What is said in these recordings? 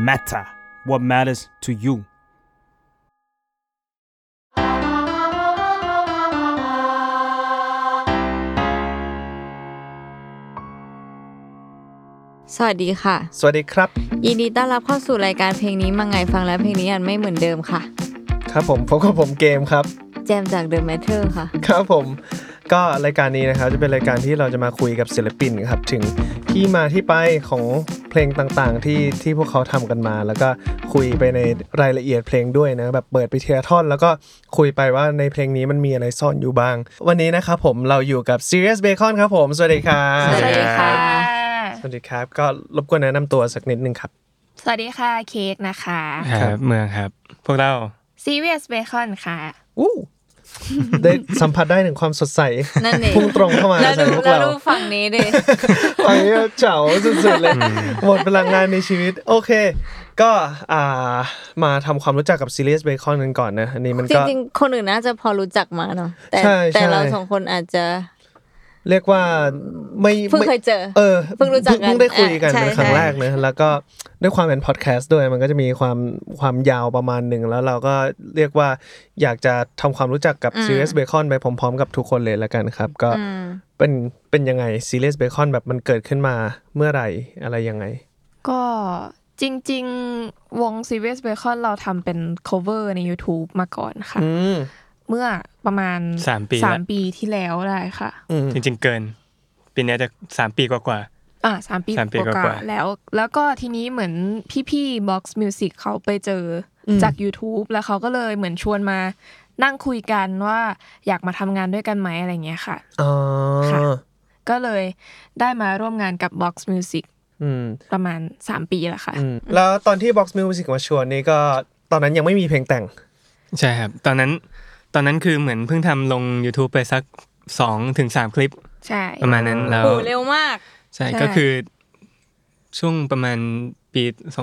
matter what matters to you สวัสดีค่ะสวัสดีครับยินดีต้อนรับเข้าสู่รายการเพลงนี้มาไงฟังแล้วเพลงนี้อันไม่เหมือนเดิมค่ะครับผมพบกับผมเกมครับแจมจาก The Matter ค่ะครับผมก็รายการนี้นะครับจะเป็นรายการที่เราจะมาคุยกับศิลปินครับถึงที่มาที่ไปของเพลงต่างๆที่พวกเขาทำกันมาแล้วก็คุยไปในรายละเอียดเพลงด้วยนะแบบเปิดไปทีละท่อนแล้วก็คุยไปว่าในเพลงนี้มันมีอะไรซ่อนอยู่บ้างวันนี้นะครับผมเราอยู่กับ Serious Bacon ครับผมสวัสดีครับสวัสดีค่ะสวัสดีครับก็รบกวนแนะนำตัวสักนิดนึงครับสวัสดีค่ะเค้กนะคะครับเมืองครับพวกเรา Serious Bacon ค่ะได้สัมผัสได้ถึงความสดใสพุ่งตรงเข้ามาใส่พวกเราแล้วดูฝั่งนี้ดิฝั่งนี้เจ๋าสุดๆเลยหมดพลังงานในชีวิตโอเคก็มาทำความรู้จักกับ Serious Bacon กันก่อนนะอันนี้มันก็จริงๆคนอื่นน่าจะพอรู้จักมาเนาะแต่เราสองคนอาจจะเรียกว่าไม่เพิ่งเคยเจอเพิ่งรู้จักกันเพิ่งได้คุยกันเป็นครั้งแรกนะแล้วก็ด้วยความเป็นพอดแคสต์ด้วยมันก็จะมีความยาวประมาณนึงแล้วเราก็เรียกว่าอยากจะทำความรู้จักกับ Serious Bacon ไปพร้อมๆกับทุกคนเลยละกันครับก็เป็นยังไง Serious Bacon แบบมันเกิดขึ้นมาเมื่อไหร่อะไรยังไงก็จริงๆวง Serious Bacon เราทำเป็น cover ใน YouTube มาก่อนค่ะเมื่อประมาณ3 ปีที่แล้วได้ค่ะจริงๆเกินปีนี้จะ3 ปีกว่าๆ3 ปีกว่าแล้วก็ทีนี้เหมือนพี่ๆ Box Music เขาไปเจอจาก YouTube แล้วเขาก็เลยเหมือนชวนมานั่งคุยกันว่าอยากมาทำงานด้วยกันไหมอะไรเงี้ยค่ะค่ะก็เลยได้มาร่วมงานกับ Box Music ประมาณ3 ปีแล้วค่ะแล้วตอนที่ Box Music มาชวนนี่ก็ตอนนั้นยังไม่มีเพลงแต่งใช่ครับตอนนั้นคือเหมือนเพิ่งทำลง YouTube ไปสัก 2-3 คลิปใช่ประมาณนั้นแล้วโหเร็วมากใช่ก็คือช่วงประมาณปี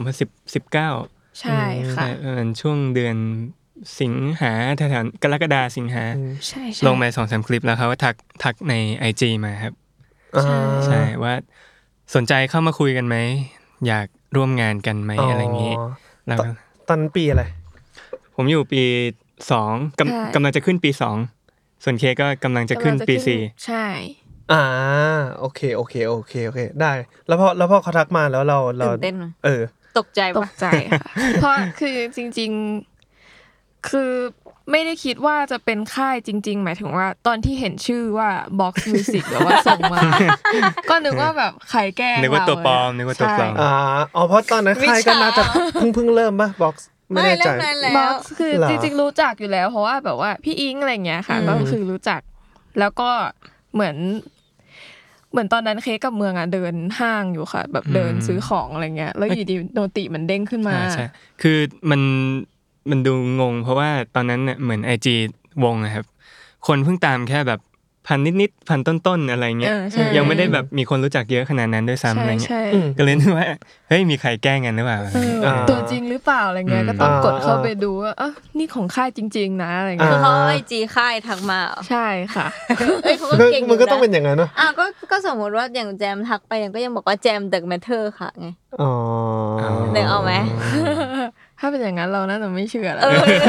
2019 ใช่ค่ะประมาณช่วงเดือนสิงหาแถวๆกรกฎาสิงหาใช่ลงไป 2-3 คลิปแล้วเขาก็ทักใน IG มาครับใช่ว่าสนใจเข้ามาคุยกันไหมอยากร่วมงานกันไหมอะไรอย่างงี้แล้วตอนปีอะไรผมอยู่ปี2กำลังจะขึ้นปี2ส่วนเคก็กำลังจะขึ้นปี4 ใช่โอเคได้แล้วพอเขาทักมาแล้วเราตื่นเต้นตกใจค่ะเพราะคือจริงๆคือไม่ได้คิดว่าจะเป็นค่ายจริงๆหมายถึงว่าตอนที่เห็นชื่อว่า Box Music หรือว่าส่งมาก็นึกว่าแบบใครแกล้งเรานึกว่าตัวปลอมเพราะตอนนั้นค่ายก็น่าจะเพิ่งเริ่มป่ะ Boxไม่แน่ใจ Box คือจริงๆรู้จักอยู่แล้วเพราะว่าแบบว่าพี่อิงอะไรเงี้ยค่ะก็คือรู้จักแล้วก็เหมือนตอนนั้นเค้กกับเมืองเดินห้างอยู่ค่ะแบบเดินซื้อของอะไรเงี้ยแล้วอยู่ดีโนติมันเด้งขึ้นมาใช่คือมันดูงงเพราะว่าตอนนั้นเนี่ยเหมือน IG วงนะครับคนเพิ่งตามแค่แบบพันนิดๆพันต้นๆอะไรเงี้ยยังไม่ได้แบบมีคนรู้จักเยอะขนาดนั้นด้วยซ้ำอะไรเงี้ยก็เลยนึกว่าเฮ้ยมีใครแกล้งกันหรือเปล่าตัวจริงหรือเปล่าอะไรเงี้ยก็ต้องกดเข้าไปดูว่านี่ของค่ายจริงๆนะอะไรเงี้ยคือเขา IG ค่ายทักมาใช่ค่ะเขาก็เก่งมันก็ต้องเป็นอย่างนั้นเนาะก็สมมติว่าอย่างแจมทักไปก็ยังบอกว่าแจม The Matter ค่ะไงเดี๋ยวเอาไหมถ้าเป็นอย่างนั้นเราน่าจะไม่เชื่อแล้ว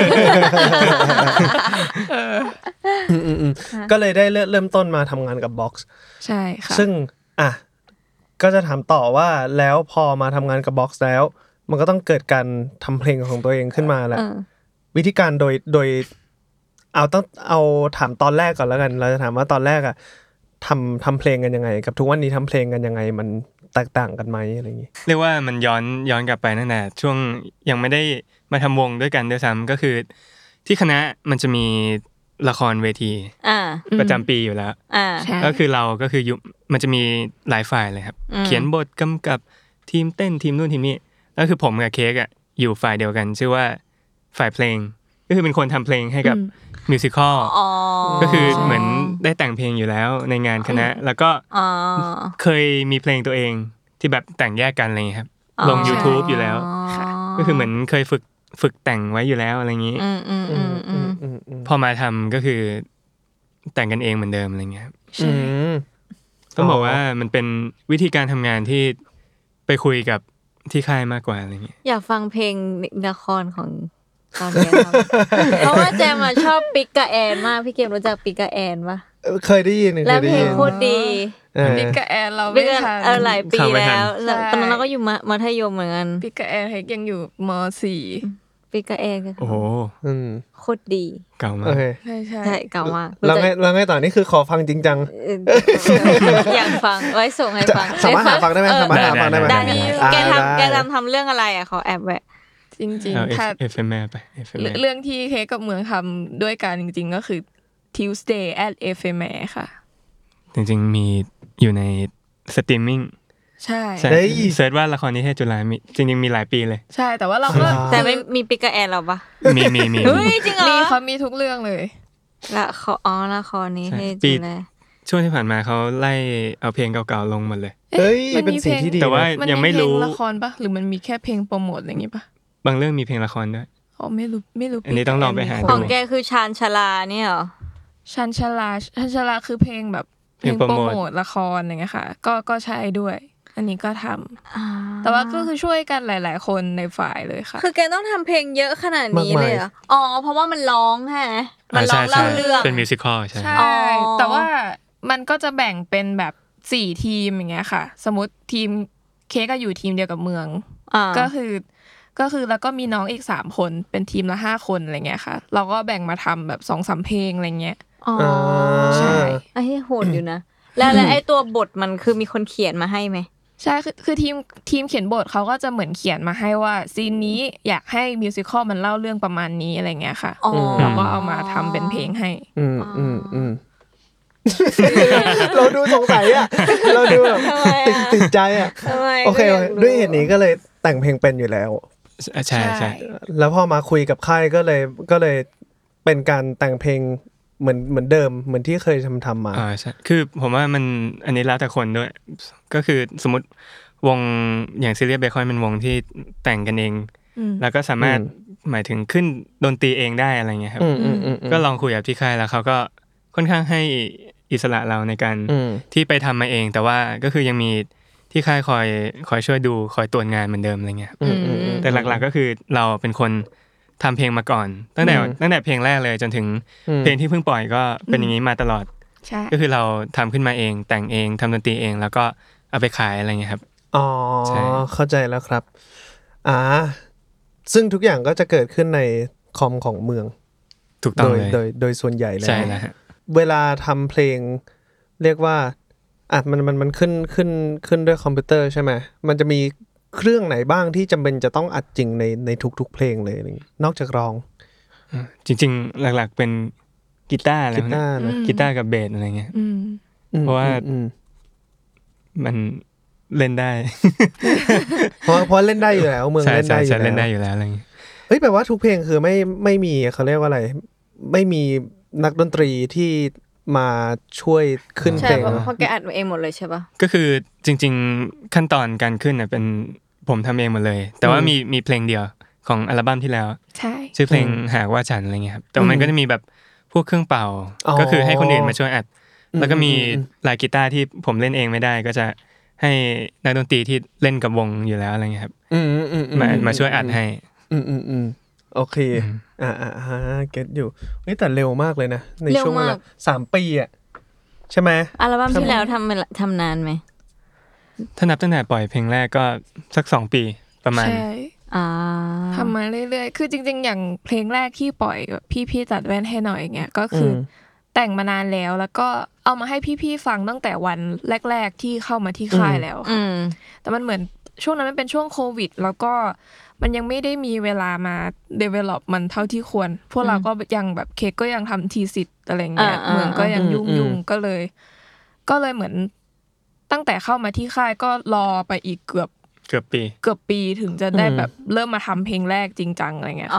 ก็เลยได้เริ่มต้นมาทำงานกับ Box ใช่ค่ะซึ่งก็จะถามต่อว่าแล้วพอมาทำงานกับ Box แล้วมันก็ต้องเกิดการทำเพลงของตัวเองขึ้นมาแหละวิธีการโดยต้องเอาถามตอนแรกก่อนแล้วกันเราจะถามว่าตอนแรกทำเพลงกันยังไงกับทุกวันนี้ทำเพลงกันยังไงมันแตกต่างกันไหมอะไรอย่างงี้เรียกว่ามันย้อนกลับไปนั่นแหละช่วงยังไม่ได้มาทำวงด้วยกันด้วยซ้ำก็คือที่คณะมันจะมีละครเวทีประจำปีอยู่แล้วก็คือเราก็คือมันจะมีหลายฝ่ายเลยครับเขียนบทกำกับทีมเต้นทีมนู่นทีมนี้แล้วคือผมกับเค้กอยู่ฝ่ายเดียวกันชื่อว่าฝ่ายเพลงก็คือเป็นคนทำเพลงให้กับมิวสิคอลก็คือเหมือนได้แต่งเพลงอยู่แล้วในงานคณะแล้วก็เคยมีเพลงตัวเองที่แบบแต่งแยกกันอะไรอย่างเงี้ยครับลง YouTube อยู่แล้วก็คือเหมือนเคยฝึกแต่งไว้อยู่แล้วอะไรอย่างงี้พอมาทำก็คือแต่งกันเองเหมือนเดิมอะไรเงี้ยต้องบอกว่ามันเป็นวิธีการทำงานที่ไปคุยกับที่ค่ายมากกว่าอะไรเงี้ยอยากฟังเพลงละครของตอนนี้ครับเพราะว่าแจมชอบปิกกะแอนมากพี่เกมรู้จักปิกกะแอนปะเคยได้ยินแล้วเพลงโคตรดีปิกกะแอนเราไม่ทันหลายปีแล้วตอนนั้นเราก็อยู่มัธยมเหมือนกันปิกกะแอนยังอยู่ม.4 ปิกกะแอนโอ้โหโคตรดีเก่ามากใช่เก่ามากแล้วไงต่อนี่คือขอฟังจริงจังอยากฟังไว้ส่งให้ฟังสามารถหาฟังได้ไหมสามารถหาฟังได้ไหมแกทำเรื่องอะไรอ่ะขอแอบแวะจริงๆถ้าไปเรื่องที่เค้กกับเมืองทำด้วยกันจริงๆก็คือ Tuesday at Ephemera ค่ะจริงๆมีอยู่ในสตรีมมิ่งใช่เสิร์ชว่าละครนิเทศจุฬามีจริงๆมีหลายปีเลยใช่แต่ว่าเราก็แต่ไม่มีปิกกะแอนหรอปะมีเฮ้ยจริงเหรอมีเขามีทุกเรื่องเลยละครนิเทศจุฬาช่วงที่ผ่านมาเขาไล่เอาเพลงเก่าๆลงหมดเลยเฮ้ยเป็นสิ่งที่ดีแต่ว่ายังไม่รู้ละครปะหรือมันมีแค่เพลงโปรโมทอะไรอย่างงี้ปะบางเรื่องมีเพลงละครด้วยอ๋อไม่รู้อันนี้ต้องลองไปหาดูของแกคือชานชลาเนี่ยเหรอชานชลาคือเพลงแบบเพลงโปรโมทละครอย่างเงี้ยค่ะก็ใช้ด้วยอันนี้ก็ทำแต่ว่าก็คือช่วยกันหลายๆคนในฝ่ายเลยค่ะคือแกต้องทำเพลงเยอะขนาดนี้เลยเหรออ๋อเพราะว่ามันร้องฮะมันร้องเล่าเรื่องเป็นมิวสิคอลใช่แต่ว่ามันก็จะแบ่งเป็นแบบ4ทีมอย่างเงี้ยค่ะสมมติทีมเค้กก็อยู่ทีมเดียวกับเมืองก็คือแล้วก็มีน้องอีก3คนเป็นทีมละ5คนอะไรเงี้ยค่ะเราก็แบ่งมาทำแบบ 2-3 เพลงอะไรเงี้ยอ๋อใช่ไอ้โหดอยู่นะแล้วไอ้ตัวบทมันคือมีคนเขียนมาให้ไหมใช่คือทีมเขียนบทเขาก็จะเหมือนเขียนมาให้ว่าซีนนี้อยากให้มิวสิคอลมันเล่าเรื่องประมาณนี้อะไรเงี้ยค่ะเราก็เอามาทำเป็นเพลงให้เราดูสงสัยอ่ะเราดูแบบติดใจอ่ะโอเคด้วยเหตุนี้ก็เลยแต่งเพลงเป็นอยู่แล้วใช่แล้วพอมาคุยกับค่ายก็เลยเป็นการแต่งเพลงเหมือนเดิมเหมือนที่เคยทำมาใช่คือผมว่ามันอันนี้แล้วแต่คนด้วยก็คือสมมติวงอย่างซีเรียสเบคอนเป็นวงที่แต่งกันเองแล้วก็สามารถหมายถึงขึ้นดนตรีเองได้อะไรเงี้ยครับก็ลองคุยกับพี่ค่ายแล้วเขาก็ค่อนข้างให้อิสระเราในการที่ไปทำมาเองแต่ว่าก็คือยังมีที่ค่ายคอยช่วยดูคอยตรวจงานเหมือนเดิมอะไรเงี้ยแต่หลักๆก็คือเราเป็นคนทำเพลงมาก่อนตั้งแต่เพลงแรกเลยจนถึงเพลงที่เพิ่งปล่อยก็เป็นอย่างนี้มาตลอดก็คือเราทำขึ้นมาเองแต่งเองทำดนตรีเองแล้วก็เอาไปขายอะไรเงี้ยครับอ๋อเข้าใจแล้วครับซึ่งทุกอย่างก็จะเกิดขึ้นในคอมของเมืองถูกต้องเลยโดยส่วนใหญ่แล้วใช่แล้วเวลาทำเพลงเรียกว่ามันขึ้นด้วยคอมพิวเตอร์ใช่ไหมมันจะมีเครื่องไหนบ้างที่จำเป็นจะต้องอัดจริงในทุกๆเพลงเลยนอกจากร้องจริงๆหลักๆเป็นกีตาร์อะไรกีตาร์กับเบสอะไรเงี้ยเพราะว่ามันเล่นได้เพราะเล่นได้อยู่แล้วเมืองเล่นได้อยู่แล้วอะไรเงี้ยแปลว่าทุกเพลงคือไม่มีเขาเรียกว่าอะไรไม่มีนักดนตรีที่มาช่วยขึ้นเพลงเพราะแกอัดเองหมดเลยใช่ปะก็คือจริงๆขั้นตอนการขึ้นเนี่ยเป็นผมทำเองหมดเลยแต่ว่ามีเพลงเดียวของอัลบั้มที่แล้วชื่อเพลงหากว่าฉันอะไรเงี้ยครับแต่มันก็จะมีแบบพวกเครื่องเป่าก็คือให้คนอื่นมาช่วยอัดแล้วก็มีลายกีตาร์ที่ผมเล่นเองไม่ได้ก็จะให้นักดนตรีที่เล่นกับวงอยู่แล้วอะไรเงี้ยครับมาช่วยอัดให้โอเคเก็ตอยู่แต่เร็วมากเลยนะในช่วงเวลา3 ปีอ่ะใช่ไหมอัลบั้มที่แล้วทำนานไหมถ้านับตั้งแต่ปล่อยเพลงแรกก็สัก2 ปีประมาณทำมาเรื่อยๆคือจริงๆอย่างเพลงแรกที่ปล่อยพี่ตัดแว่นให้หน่อยเงี้ยก็คือแต่งมานานแล้วก็เอามาให้พี่ๆฟังตั้งแต่วันแรกๆที่เข้ามาที่ค่ายแล้วแต่มันเหมือนช่วงนั้นมันเป็นช่วงโควิดแล้วก็มันยังไม่ได้มีเวลามา develop มันเท่าที่ควรพวกเราก็ยังแบบเค้กก็ยังทำทีสิทธ์อะไรเงี้ยเมืองก็ยังยุ่งก็เลยเหมือนตั้งแต่เข้ามาที่ค่ายก็รอไปอีกเกือบปีถึงจะได้แบบเริ่มมาทำเพลงแรกจริงจังอะไรเงี้ย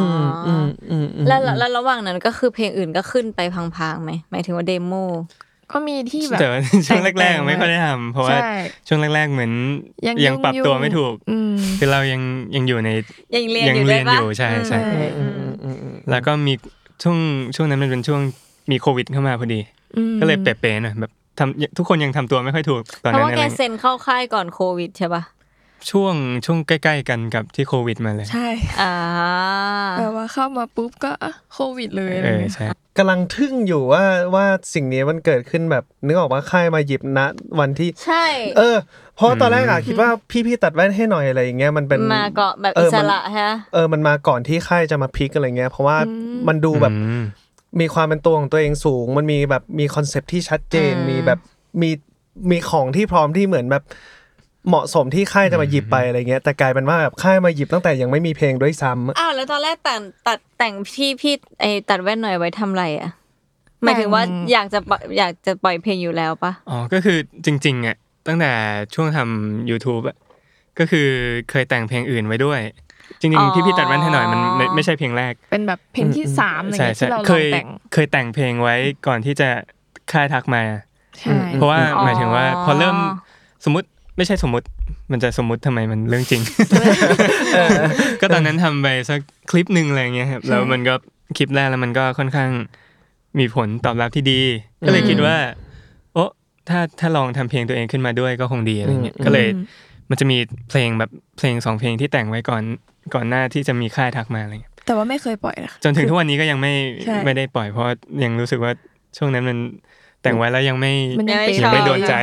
แล้วระหว่างนั้นก็คือเพลงอื่นก็ขึ้นไปพังๆไหมหมายถึงว่าเดโมก็มีที่แบบแต่ช่วงแรกๆไม่ค่อยได้ทำเพราะว่าช่วงแรกๆเหมือนยังปรับตัวไม่ถูกคือเรายังอยู่ในยังเรียนอยู่ใช่แล้วก็มีช่วงนั้นมันเป็นช่วงมีโควิดเข้ามาพอดีก็เลยเป๊ะๆหน่อยแบบทุกคนยังทำตัวไม่ค่อยถูกตอนนั้นเพราะว่าแกเซ็นเข้าค่ายก่อนโควิดใช่ปะช่วงใกล้ๆกันกับที่โควิดมาเลยใช่แปลว่าเข้ามาปุ๊บก็โควิดเลยใช่กำลังทึ่งอยู่ว่าสิ่งนี้มันเกิดขึ้นแบบนึกออกว่าค่ายมาหยิบณวันที่ใช่เพราะตอนแรกอะคิดว่าพี่ตัดแว่นให้หน่อยอะไรอย่างเงี้ยมันเป็นมาเกาะแบบอิสระฮะมันมาก่อนที่ค่ายจะมาพลิกอะไรเงี้ยเพราะว่ามันดูแบบมีความเป็นตัวของตัวเองสูงมันมีแบบมีคอนเซปต์ที่ชัดเจนมีแบบมีของที่พร้อมที่เหมือนแบบเหมาะสมที่ค่ายจะมาหยิบไปอะไรเงี้ยแต่กลายเป็นว่าแบบค่ายมาหยิบตั้งแต่ยังไม่มีเพลงด้วยซ้ำแล้วตอนแรกแต่งพี่ไอตัดแว่นหน่อยไว้ทำไรอ่ะหมายถึงว่าอยากจะปล่อยเพลงอยู่แล้วปะก็คือจริงๆอ่ะตั้งแต่ช่วงทำ YouTube อ่ะก็คือเคยแต่งเพลงอื่นไว้ด้วยจริงๆพี่ตัดแว่นให้หน่อยมันไม่ใช่เพลงแรกเป็นแบบเพลงที่3อะไรเงี้ยที่เราลองแต่งเคยแต่งเพลงไว้ก่อนที่จะค่ายทักมาใช่เพราะว่าหมายถึงว่าพอเริ่มสมมุติไม่ใช่สมมุติมันจะสมมุติทำไมมันเรื่องจริง ก็ตอนนั้นทำไปสักคลิปนึงอะไรเงี้ยครับแล้วมันก็คลิปแรกแล้วมันก็ค่อนข้างมีผลตอบรับที่ดีก็เลยคิดว่าโอ้ถ้าลองทำเพลงตัวเองขึ้นมาด้วยก็คงดีอะไรเงี้ยก็เลยมันจะมีเพลงแบบเพลง2เพลงที่แต่งไว้ก่อนหน้าที่จะมีค่ายทักมาอะไรเงี้ยแต่ว่าไม่เคยปล่อยนะจนถึงทุกวันนี้ก็ยังไม่ได้ปล่อยเพราะยังรู้สึกว่าช่วงนั้นมันแต่งไว้แล้วยังไม่โดนใจ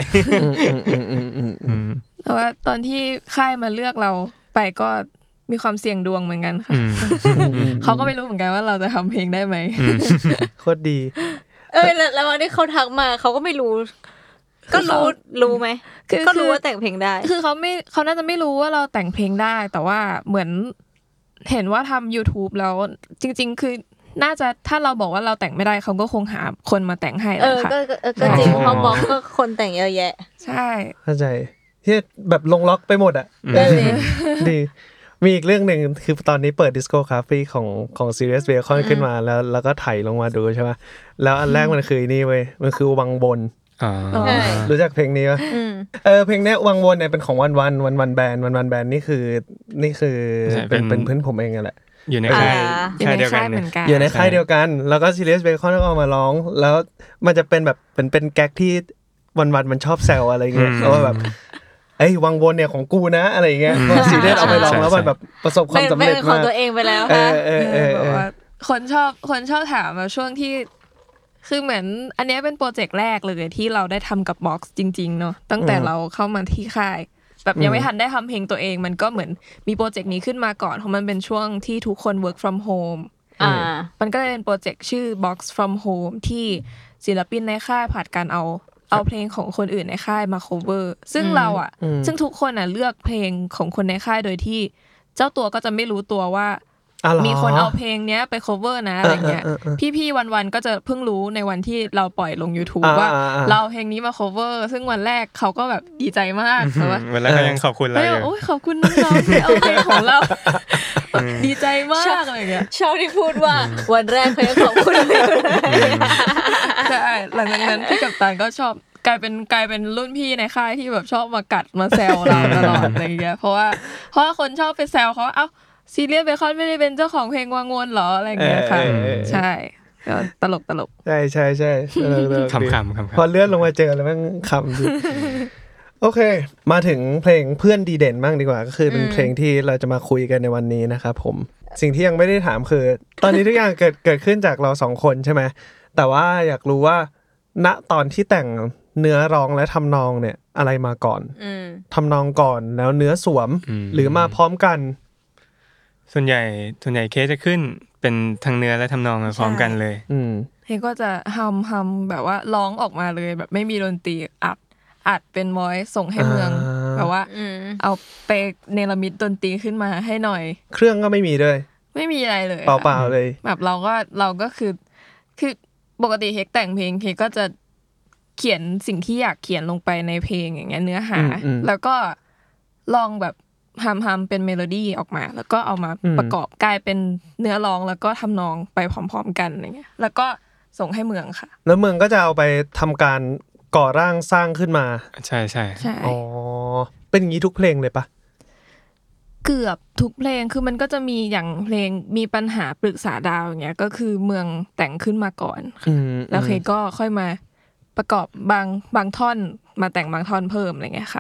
แต่ว่าตอนที่ค่ายมาเลือกเราไปก็มีความเสี่ยงดวงเหมือนกันค่ะเขาก็ไม่รู้เหมือนกันว่าเราจะทำเพลงได้ไหมโคตรดีแล้ววันที่เขาทักมาเขาก็ไม่รู้ก็รู้ไหมก็รู้ว่าแต่งเพลงได้คือเขาน่าจะไม่รู้ว่าเราแต่งเพลงได้แต่ว่าเหมือนเห็นว่าทำ YouTube แล้วจริงๆคือน่าจะถ้าเราบอกว่าเราแต่งไม่ได้เขาก็คงหาคนมาแต่งให้แล้วค่ะก็จริงเพราะบอกก็คนแต่งเยอะแยะใช่เข้าใจที่แบบลงล็อกไปหมดอ่ะดีมีอีกเรื่องนึงคือตอนนี้เปิด Disco Cafe ของ Serious Bacon ขึ้นมาแล้วก็ไถลงมาดูใช่ป่ะแล้วอันแรกมันคือนี่เว้ยมันคือวังบนรู้จักเพลงนี้ป่ะเพลงนี้วังวนเนี่ยเป็นของวันแบนด์วันแบนด์นี่คือเป็นเพื่อนผมเองแหละอยู่ในค่ายเดียวกันอยู่ในค่ายเดียวกันแล้วก็ Serious Bacon ก็เอามาร้องแล้วมันจะเป็นแบบเป็นแก๊กที่วันมันชอบแซวอะไรเงี้ยแล้วแบบไอ้วังวนเนี่ยของกูนะอะไรเงี้ยพอซีเรียสเอาไปร้องแล้วมันแบบประสบความสำเร็จมากของตัวเองไปแล้วค่ะคนชอบถามมาช่วงที่คือเหมือนอันนี้เป็นโปรเจกต์แรกเลยที่เราได้ทำกับ Box จริงๆเนาะตั้งแต่เราเข้ามาที่ค่ายแบบยังไม่ทันได้ทำเพลงตัวเองมันก็เหมือนมีโปรเจกต์นี้ขึ้นมาก่อนเพราะมันเป็นช่วงที่ทุกคน work from home มันก็เลยเป็นโปรเจกต์ชื่อ Box from home ที่ศิลปินในค่ายผัดกันเอาเพลงของคนอื่นในค่ายมา cover ซึ่งเราซึ่งทุกคนเลือกเพลงของคนในค่ายโดยที่เจ้าตัวก็จะไม่รู้ตัวว่ามีคนเอาเพลงเนี้ยไป cover นะอะไรเงี้ยพี่ๆวันๆก็จะเพิ่งรู้ในวันที่เราปล่อยลง YouTube ว่าเราเพลงนี้มา cover ซึ่งวันแรกเขาก็แบบดีใจมากแต่ว่าวันแรกก็ยังขอบคุณเราอยู่โอ้ยขอบคุณน้องๆที่เอาเพลงของเราดีใจมากอะไรเงี้ยชอบที่พูดว่าวันแรกเขายังขอบคุณใช่หลังจากนั้นพี่กัปตันก็ชอบกลายเป็นรุ่นพี่ในค่ายที่แบบชอบมากัดมาแซวเราตลอดอะไรเงี้ยเพราะว่าคนชอบไปแซวเขาเอ้าซีเรียสเบคอนไม่ได้เป็นเจ้าของเพลงวังวนหรออะไรเงี้ยค่ะใช่ก็ตลกใช่ขำพอเลื่อนลงมาเจอแล้วมันขำดิโอเคมาถึงเพลงเพื่อนดีเด่นบ้างดีกว่าก็คือเป็นเพลงที่เราจะมาคุยกันในวันนี้นะครับผมสิ่งที่ยังไม่ได้ถามคือตอนนี้ทุกอย่างเกิดขึ้นจากเรา2คนใช่ไหมแต่ว่าอยากรู้ว่าณตอนที่แต่งเนื้อร้องและทำนองเนี่ยอะไรมาก่อนทำนองก่อนแล้วเนื้อสวมหรือมาพร้อมกันส่วนใหญ่เคสจะขึ้นเป็นทั้งเนื้อและทำนองพร้อมกันเลยเพลงก็จะฮัมแบบว่าร้องออกมาเลยแบบไม่มีดนตรีอัดเป็นวอยซ์ส่งให้เมืองแบบว่าเอาไปเนรมิตดนตรีขึ้นมาให้หน่อยเครื่องก็ไม่มีด้วยไม่มีอะไรเลยเปล่าๆเลยแบบเราก็คือปกติเฮกแต่งเพลงก็จะเขียนสิ่งที่อยากเขียนลงไปในเพลงอย่างเงี้ยเนื้อหาแล้วก็ลองแบบฮัมเป็นเมโลดี้ออกมาแล้วก็เอามาประกอบกลายเป็นเนื้อร้องแล้วก็ทำนองไปพร้อมๆกันอย่างเงี้ยแล้วก็ส่งให้เมืองค่ะแล้วเมืองก็จะเอาไปทำการก่อร่างสร้างขึ้นมาใช่อ๋อเป็นอย่างนี้ทุกเพลงเลยปะเกือบทุกเพลงคือมันก็จะมีอย่างเพลงมีปัญหาปรึกษาดาวอย่างเงี้ยก็คือเมืองแต่งขึ้นมาก่อนแล้วเคก็ค่อยมาประกอบบางท่อนมาแต่งบางท่อนเพิ่มอะไรเงี้ยค่ะ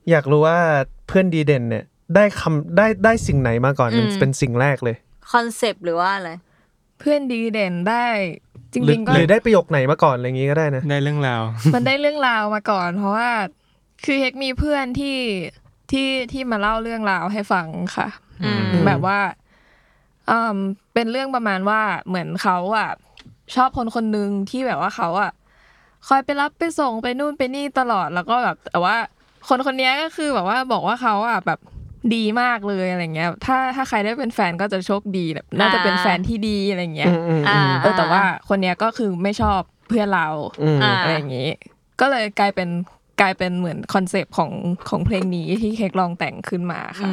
อยากรู้ว่าเพื่อนดีเด่นเนี่ยได้สิ่งไหนมาก่อนเป็นสิ่งแรกเลยคอนเซปต์หรือว่าอะไรเพื่อนดีเด่นได้จริงๆก็หรือได้ประโยคไหนมาก่อนอะไรอย่างงี้ก็ได้นะได้เรื่องราวมันได้เรื่องราวมาก่อนเพราะว่าคือเฮกมีเพื่อนที่มาเล่าเรื่องราวให้ฟังค่ะแบบว่าเป็นเรื่องประมาณว่าเหมือนเขาอ่ะชอบคนนึงที่แบบว่าเขาอ่ะคอยไปรับไปส่งไปนู่นไปนี่ตลอดแล้วก็แบบแต่ว่าคนนี้ก็คือแบบว่าบอกว่าเขาอ่ะแบบดีมากเลยอะไรเงี้ยถ้าใครได้เป็นแฟนก็จะโชคดีแบบน่าจะเป็นแฟนที่ดีอะไรเงี้ยแต่ว่าคนนี้ก็คือไม่ชอบเพื่อนเราอะไรอย่างงี้ก็เลยกลายเป็นเหมือนคอนเซปต์ของเพลงนี้ที่เค้กลองแต่งขึ้นมาค่ะ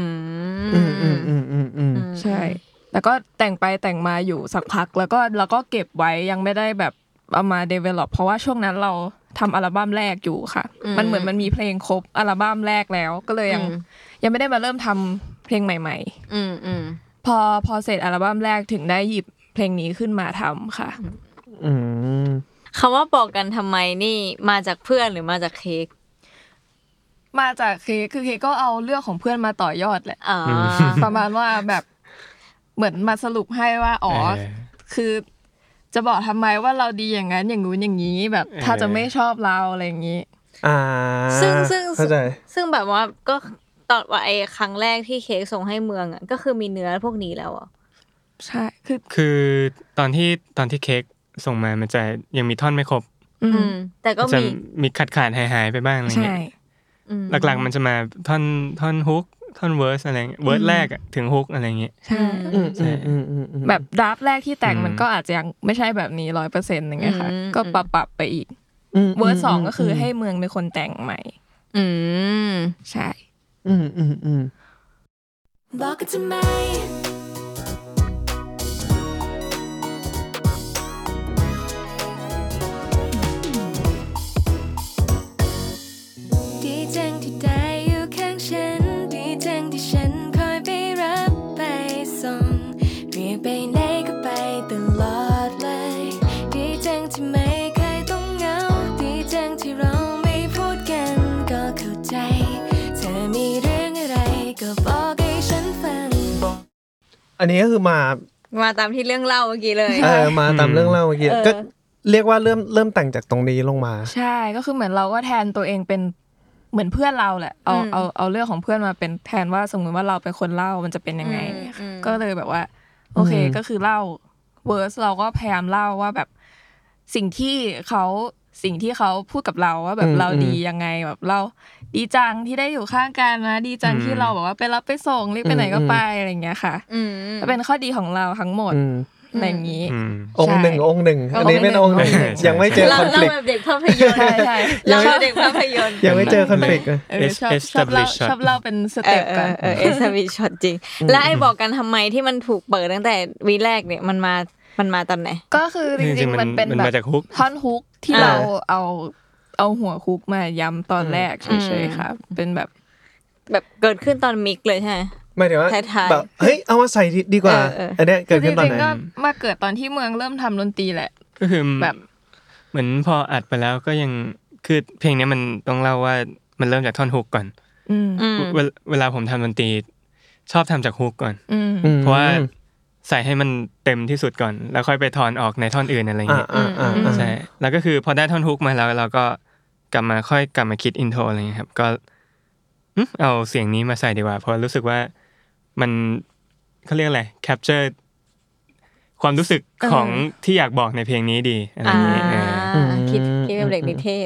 ใช่แล้วก็แต่งไปแต่งมาอยู่สักพักแล้วก็เก็บไว้ยังไม่ได้แบบเอามา develop เพราะว่าช่วงนั้นเราทำอัลบั้มแรกอยู่ค่ะมันเหมือนมันมีเพลงครบอัลบั้มแรกแล้วก็เลยยังไม่ได้มาเริ่มทำเพลงใหม่ๆพอเสร็จอัลบั้มแรกถึงได้หยิบเพลงนี้ขึ้นมาทำค่ะคำว่าบอกกันทำไมนี่มาจากเพื่อนหรือมาจากเค้กมาจากเค้กคือเค้กก็เอาเรื่องของเพื่อนมาต่อยอดแหละประมาณว่าแบบเหมือนมาสรุปให้ว่าคือจะบอกทำไมว่าเราดีอย่างนั้นอย่างนู้นอย่างนี้แบบถ้าจะไม่ชอบเราอะไรอย่างนี้ซึ่งแบบว่าก็ตอนว่าไอ้ครั้งแรกที่เค้กส่งให้เมืองอ่ะก็คือมีเนื้อพวกนี้แล้วอ่ะใช่คือตอนที่เค้กส่งมามันจะยังมีท่อนไม่ครบแต่ก็มีขาดหายไปบ้างอะไรเงี้ยหลักๆมันจะมาท่อนฮุกท่อนเวิร์สอะไรเวิร์สแรกถึงฮุกอะไรเงี้ยใช่แบบดราฟแรกที่แต่งมันก็อาจจะยังไม่ใช่แบบนี้ 100% อย่างเงี้ยค่ะก็ปรับไปอีกเวิร์ส2ก็คือให้เมืองเป็นคนแต่งใหม่ใช่บอกกันทำไมดีจังที่ได้อยู่ข้างฉันดีจังที่ฉันคอยไปรับไปส่งเรียกไปไหนก็ไปตลอดเลยดีจังที่ไม่เคยต้องเหงาดีจังที่เราไม่พูดกันก็เข้าใจเธอมีเรื่องอะไรก็บอกให้ฉันฟังอันนี้ก็คือมาตามที่เรื่องเล่าเมื่อกี้เลยมาตามเรื่องเล่าเมื่อกี้ก็เรียกว่าเริ่มแต่งจากตรงนี้ลงมาใช่ก็คือเหมือนเราก็แทนตัวเองเป็นเหมือนเพื่อนเราแหละเอาเรื่องของเพื่อนมาเป็นแทนว่าสมมติว่าเราเป็นคนเล่ามันจะเป็นยังไงก็เลยแบบว่าโอเคก็คือเล่าเวอร์สเราก็พยายามเล่าว่าแบบสิ่งที่เขาพูดกับเราว่าแบบเราดียังไงแบบเราดีจังที่ได้อยู่ข้างกันนะดีจังที่เราแบบว่าไปรับไปส่งรีบไปไหนก็ไปอะไรอย่างเงี้ยค่ะเป็นข้อดีของเราทั้งหมดอะไรอย่างนี้องค์หนึ่งอันนี้เป็นองค์หนึ่งยังไม่เจอคอนฟลิกต์เราแบบเด็กภาพยนตร์ใช่เราเด็กภาพยนตร์ยังไม่เจอคอนฟลิกต์ชอบเล่าเป็นสเต็ปกัน establish shot จริงแล้วไอ้บอกกันทำไมที่มันถูกเปิดตั้งแต่วีแรกเนี่ยมันมาตอนไหนก็คือจริงๆมันเป็นแบบท่อนฮุกที่เราเอาหัวฮุกมาย้ำตอนแรกเฉยๆครับเป็นแบบเกิดขึ้นตอนมิกเลยใช่ไหมไม่เดี๋ยวว่าแบบเฮ้ยเอามาใส่ดีกว่าอันนี้เกิดขึ้นตอนไหนก็มาเกิดตอนที่เมืองเริ่มทำดนตรีแหละก็คือแบบเหมือนพออัดไปแล้วก็ยังคือเพลงนี้มันต้องเล่าว่ามันเริ่มจากท่อนฮุกก่อนเวลาผมทำดนตรีชอบทำจากฮุกก่อนเพราะว่าใส่ให้มันเต็มที่สุดก่อนแล้วค่อยไปทอนออกในท่อนอื่นอะไรอย่างเงี้ยใช่แล้วก็คือพอได้ท่อนฮุกมาแล้วเราก็กลับมาคิดอินโทรอะไรอย่างเงี้ยครับก็เอาเสียงนี้มาใส่ดีกว่าเพราะรู้สึกว่ามันเขาเรียกอะไรแคปเจอร์ความรู้สึกของที่อยากบอกในเพลงนี้ดีอะไรอย่างเงี้ยคิดเป็นเด็กนิเทศ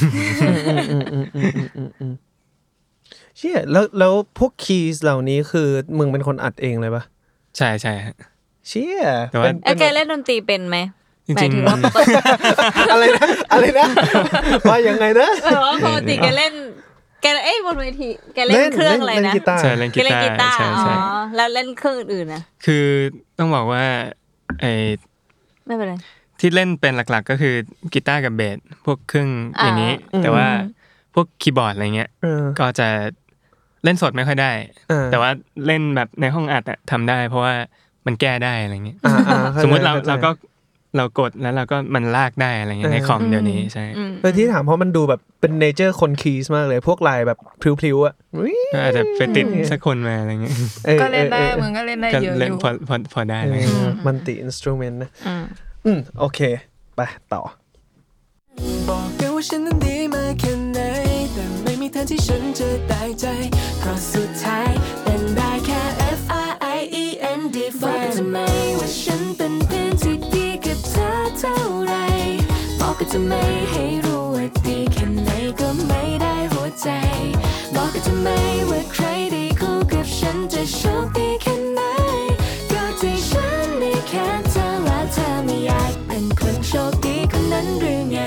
เชี่ยแล้วพวกคีย์เหล่านี้คือมึงเป็นคนอัดเองเลยปะใช่ใช่ฮะเชี่ยแต่ว่าแกเล่นดนตรีเป็นไหมจริงๆอะไรนะว่ายังไงนะปกติแกเล่นบนเวทีแกเล่นเครื่องอะไรนะใช่เล่นกีตาร์ใช่แล้วเล่นเครื่องอื่นๆนะคือต้องบอกว่าไม่เป็นไรที่เล่นเป็นหลักๆก็คือกีตาร์กับเบสพวกเครื่องอย่างนี้แต่ว่าพวกคีย์บอร์ดอะไรเงี้ยก็จะเล่นสดไม่ค่อยได้แต่ว่าเล่นแบบในห้องอัดทำได้เพราะว่ามันแก้ได้อะไรเงี้ยสมมติเราก็เรากดแล้วเราก็มันลากได้อะไรเงี้ยในคอมเดี๋ยวนี้ใช่ที่ถามเพราะมันดูแบบเป็นเนเจอร์คนคีสมากเลยพวกลายแบบพลิ้วๆอ่ะอาจจะไปติดสักคนมาอะไรเงี้ยก็เล่นได้มึงก็เล่นได้เยอะอยู่พอได้มันติอินสตรูเมนต์นะโอเคไปต่อบอกกันว่าฉันนั้นดีมากแค่ไหนแต่ไม่มีทางที่ฉันจะได้ใจเพราะสุดท้ายเป็นได้แค่ FRIEND บอกกันทำไมว่าฉันเป็นเพื่อนที่ดีกับเธอเท่าไรบอกกันทำไมให้รู้ว่าดีแค่ไหนก็ไม่ได้หัวใจบอกกันทำไมว่าใครได้คู่กับฉันจะโชคดีแค่ไหนก็ที่ฉันได้แค่เธอและเธอไม่อยากเป็นคนโชคดีคนนั้นหรือไง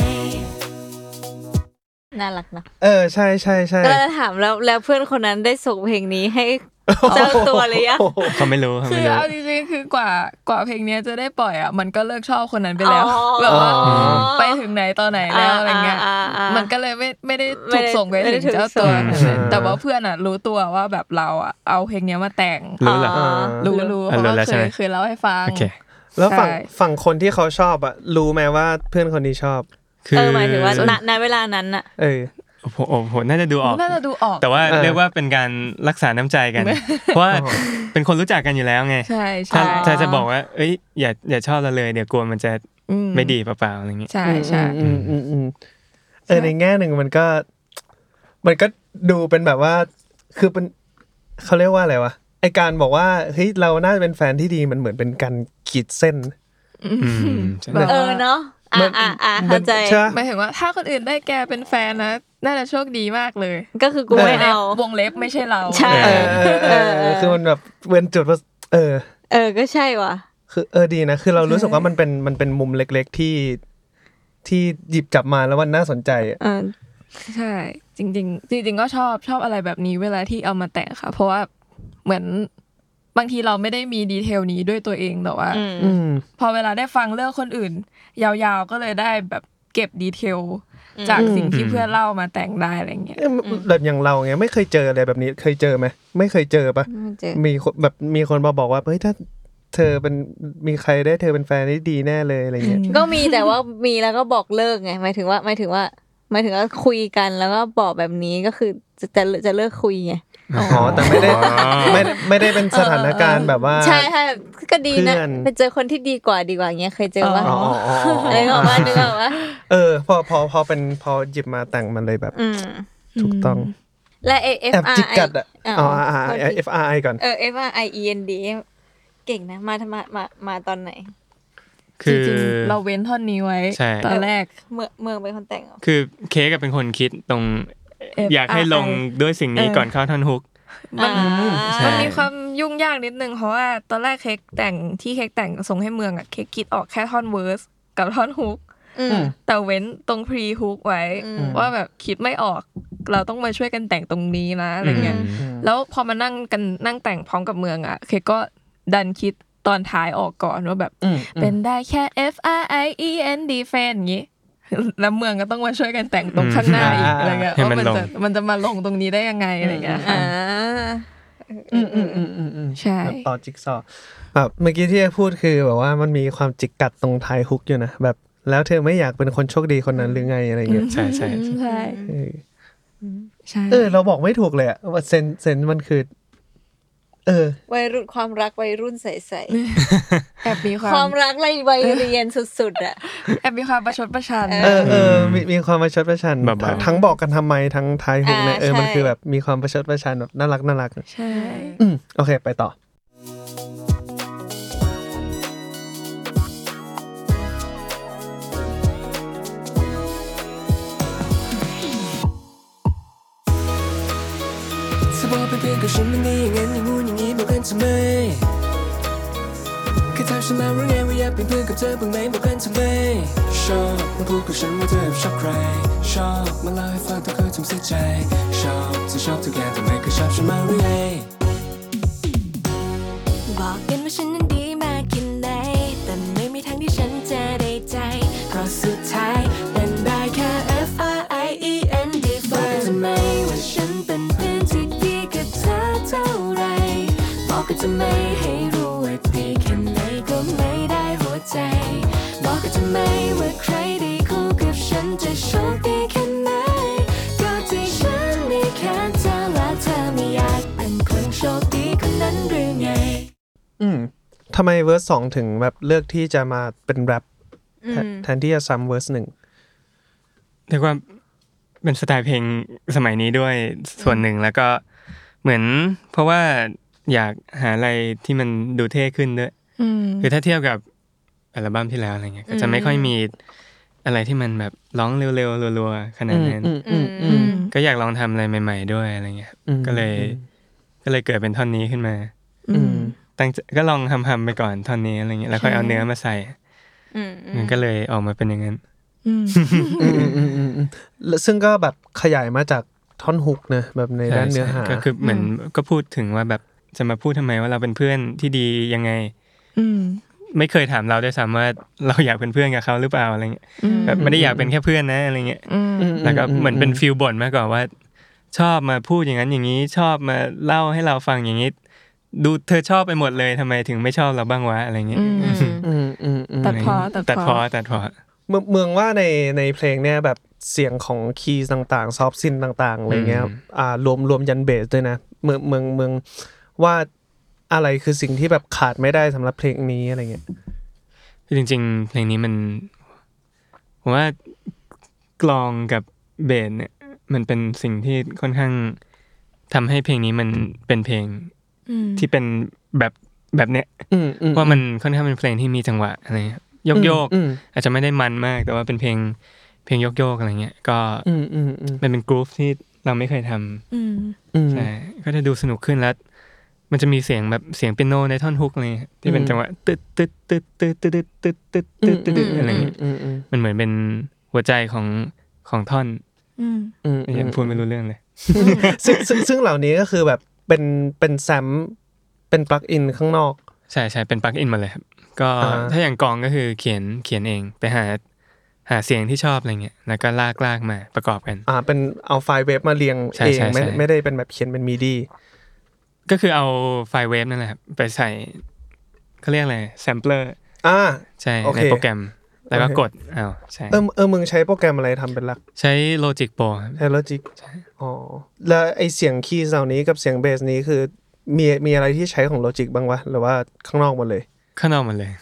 น่ารักนะใช่ใช่ใช่ก็เลยถามแล้วเพื่อนคนนั้นได้ส่งเพลงนี้ให้เจ้าตัวเลยอะเขาไม่รู้คือเอาจริงๆคือกว่าเพลงนี้จะได้ปล่อยอ่ะมันก็เลิกชอบคนนั้นไปแล้วแบบว่าไปถึงไหนตอนไหนแล้วอะไรเงี้ยมันก็เลยไม่ได้ถูกส่งไปถึงเจ้าตัวแต่ว่าเพื่อนอ่ะรู้ตัวว่าแบบเราอ่ะเอาเพลงนี้มาแต่งรู้เพราะว่าเคยเล่าให้ฟังแล้วฝั่งคนที่เขาชอบอ่ะรู้ไหมว่าเพื่อนคนนี้ชอบหมายถึงว่าณเวลานั้นอ่ะผมน่าจะดูออกแต่ว่าเรียกว่าเป็นการรักษาน้ำใจกันเพราะว่าเป็นคนรู้จักกันอยู่แล้วไงใช่ถ้าจะบอกว่าเอ้ยอย่าชอบเราเลยเดี๋ยวกลัวมันจะไม่ดีเปล่าๆอะไรอย่างเงี้ยใช่ในแง่หนึ่งมันก็ดูเป็นแบบว่าคือเป็นเขาเรียกว่าอะไรวะไอการบอกว่าเฮ้ยเราน่าจะเป็นแฟนที่ดีมันเหมือนเป็นการขีดเส้นเนาะเข้าใจหมายถึงว่าถ้าคนอื่นได้แกเป็นแฟนนะน่าจะโชคดีมากเลยก็คือกูไม่เอาวงเล็บไม่ใช่เราใช่คือมันแบบเว้นจุดว่าก็ใช่ว่ะคือดีนะคือเรารู้สึกว่ามันเป็นมุมเล็กๆที่หยิบจับมาแล้วมันน่าสนใจใช่จริงก็ชอบอะไรแบบนี้เวลาที่เอามาแต่งค่ะเพราะว่าเหมือนบางทีเราไม่ได้มีดีเทลนี้ด้วยตัวเองแต่ว่าพอเวลาได้ฟังเรื่องคนอื่นยาวๆก็เลยได้แบบเก็บดีเทลจากสิ่งที่เพื่อนเล่ามาแต่งได้อะไรเงี้ยแบบอย่างเราเงี้ยไม่เคยเจออะไรแบบนี้เคยเจอไหมไม่เคยเจอปะมีคนมาบอกว่าเฮ้ยถ้าเธอเป็นมีใครได้เธอเป็นแฟนนี่ดีแน่เลยอะไรเงี้ยก็มีแต่ว่ามีแล้วก็บอกเลิกไงหมายถึงว่าคุยกันแล้วก็บอกแบบนี้ก็คือจะเลิกคุยไงแต่ไม่ได้เป็นสถานการณ์แบบว่าใช่ก็ดีนะไปเจอคนที่ดีกว่าเงี้ยเคยเจอว่าอะไรออกมานึกออกว่าพอหยิบมาแต่งมันเลยแบบถูกต้องและ FRI FRI ก่อน FRIEND เก่งนะมาตอนไหนคือเราเว้นท่อนนี้ไว้ตอนแรกเมืองเป็นคนแต่งคือเค้กเป็นคนคิดตรงอยากให้ลงด้วยสิ่งนี้ก่อนเข้าท่อนฮุกมันมีความยุ่งยากนิดนึงเพราะว่าตอนแรกเค้กแต่งส่งให้เมืองอ่ะเค้กคิดออกแค่ท่อนเวิร์สกับท่อนฮุกแต่เว้นตรงพรีฮุกไว้ว่าแบบคิดไม่ออกเราต้องมาช่วยกันแต่งตรงนี้นะอะไรเงี้ยแล้วพอมานั่งแต่งพร้อมกับเมืองอ่ะเค้กก็ดันคิดตอนท้ายออกก่อนว่าแบบเป็นได้แค่ FRIEND แฟนอย่างงี้แล้วเมืองก็ต้องมาช่วยกันแต่งตรงข้างหน้าอีกอะไรเงี้ยว่ามันจะมาลงตรงนี้ได้ยังไงอะไรเงี้ยใช่ต่อจิ๊กซอว์แบบเมื่อกี้ที่พูดคือแบบว่ามันมีความจิกกัดตรงท้ายฮุกอยู่นะแบบแล้วเธอไม่อยากเป็นคนโชคดีคนนั้นหรือไงอะไรเงี้ยใช่ใช่ใช่ใช่เราบอกไม่ถูกเลยอะว่าเซนมันคือวัยรุ่นความรักวัยรุ่นใสๆแอบมีความรักวัยเรียนสุดๆอ่ะแอบมีความประชดประชันมีความประชดประชันทั้งบอกกันทำไมทั้งทายฮุกเนี่ยมันคือแบบมีความประชดประชันแบบน่ารักใช่โอเคไปต่อบอกเป็นเพื่อนกับฉันมันดีอย่างนั้นอย่างงู้นอย่างงี้บอกกันทำไมแค่ถามฉันมาว่าไงว่าอยากเป็นเพื่อนกับเธอบ้างไหมบอกกันทำไมชอบมาพูดกับฉันว่าเธอชอบใครชอบมาเล่าให้ฟังตัวเขาทำเสียใจชอบทุกอย่างแต่ไม่เคยชอบฉันมาหรือไงบอกกันว่าฉันนั้นดีมากแค่ไหนแต่ไม่มีทางที่ฉันจะได้ใจเพราะสุดท้ายเป็นได้แค่ FRIEND บอกกันทำไมว่าฉันเป็นเพื่อนที่ดีกับเธอเท่าไรบอกกันทำไมให้รู้ว่าดีแค่ไหนก็ไม่ได้หัวใจบอกกันทำไมเวอร์ส2ถึงแบบเลือกที่จะมาเป็นแรปแทนที่จะซ้ำเวอร์ส1 เรียกว่าเป็นสไตล์เพลงสมัยนี้ด้วยส่วนหนึ่งแล้วก็เหมือนเพราะว่าอยากหาอะไรที่มันดูเท่ขึ้นด้วยคือถ้าเทียบกับอัลบั้มที่แล้วอะไรเงี้ยก็จะไม่ค่อยมีอะไรที่มันแบบร้องเร็วๆรัวๆขนาดนั้นก็อยากลองทำอะไรใหม่ๆด้วยอะไรเงี้ยก็เลยเกิดเป็นท่อนนี้ขึ้นมาตั้งก็ลองทำไปก่อนท่อนนี้อะไรเงี้ยแล้วค่อยเอาเนื้อมาใส่มันก็เลยออกมาเป็นอย่างนั้นซึ่งก็แบบขยายมาจากท่อนฮุกนะแบบในด้านเนื้อหาก็คือเหมือนก็พูดถึงว่าแบบจะมาพูดทำไมว่าเราเป็นเพื่อนที่ดียังไงไม่เคยถามเราด้วยซ้ำว่าเราอยากเป็นเพื่อนกับเขาหรือเปล่าอะไรเงี้ยแบบไม่ได้อยากเป็นแค่เพื่อนนะอะไรเงี้ยแล้วก็เหมือนเป็นฟีลบ่นมากกว่าว่าชอบมาพูดอย่างนั้นอย่างนี้ชอบมาเล่าให้เราฟังอย่างนี้ดูเธอชอบไปหมดเลยทำไมถึงไม่ชอบเราบ้างวะอะไรเงี้ยตัดพอเมืองว่าในเพลงเนี่ยแบบเสียงของคีย์ต่างๆซอฟต์ซินต่างๆอะไรเงี้ยรวมยันเบสด้วยนะเมืองว่าอะไรคือสิ่งที่แบบขาดไม่ได้สำหรับเพลงนี้อะไรเงี้ยจริงๆเพลงนี้มันผมว่ากลองกับเบสเนี่ยมันเป็นสิ่งที่ค่อนข้างทำให้เพลงนี้มันเป็นเพลงที่เป็นแบบเนี้ยว่ามันค่อนข้างเป็นเพลงที่มีจังหวะอะไรโยกอาจจะไม่ได้มันมากแต่ว่าเป็นเพลงโยกอะไรเงี้ยก็มันเป็นกรุ๊ปที่เราไม่เคยทำใช่ก็จะดูสนุกขึ้นแล้วมันจะมีเสียงแบบเสียงเปียโนในท่อนฮุกอะไรที่เป็นจังหวะตึ๊ดตึ๊ดตึ๊ดตึ๊ดตึ๊ดตึ๊ดตึ๊ดตึ๊ดตึ๊ดอะไรเงี้ยมันเหมือนเป็นหัวใจของท่อนยังพูดไม่รู้เรื่องเลยซึ่งเหล่านี้ก็คือแบบเป็นแซมเป็นปลั๊กอินข้างนอกใช่เป็นปลั๊กอินมาเลยครับก็ถ้าอย่างกลองก็คือเขียนเองไปหาเสียงที่ชอบอะไรเงี้ยแล้วก็ลากมาประกอบกันเป็นเอาไฟล์เวฟมาเรียงเองไม่ได้เป็นแบบเขียนเป็นมิดีก็คือเอาไฟล์เวฟนั่นแหละครับไปใส่เขาเรียกอะไรแซมเปอร์ใช่ในโปรแกรมแล้วก็กดใช่มึงใช้โปรแกรมอะไรทำเป็นหลักใช้ Logic Pro ใช้ Logic แล้วไอเสียงคีย์เหล่านี้กับเสียงเบสนี้คือมีอะไรที่ใช้ของ Logic บ้างวะหรือว่าข้างนอกหมดเลยข้างนอกหมดเลย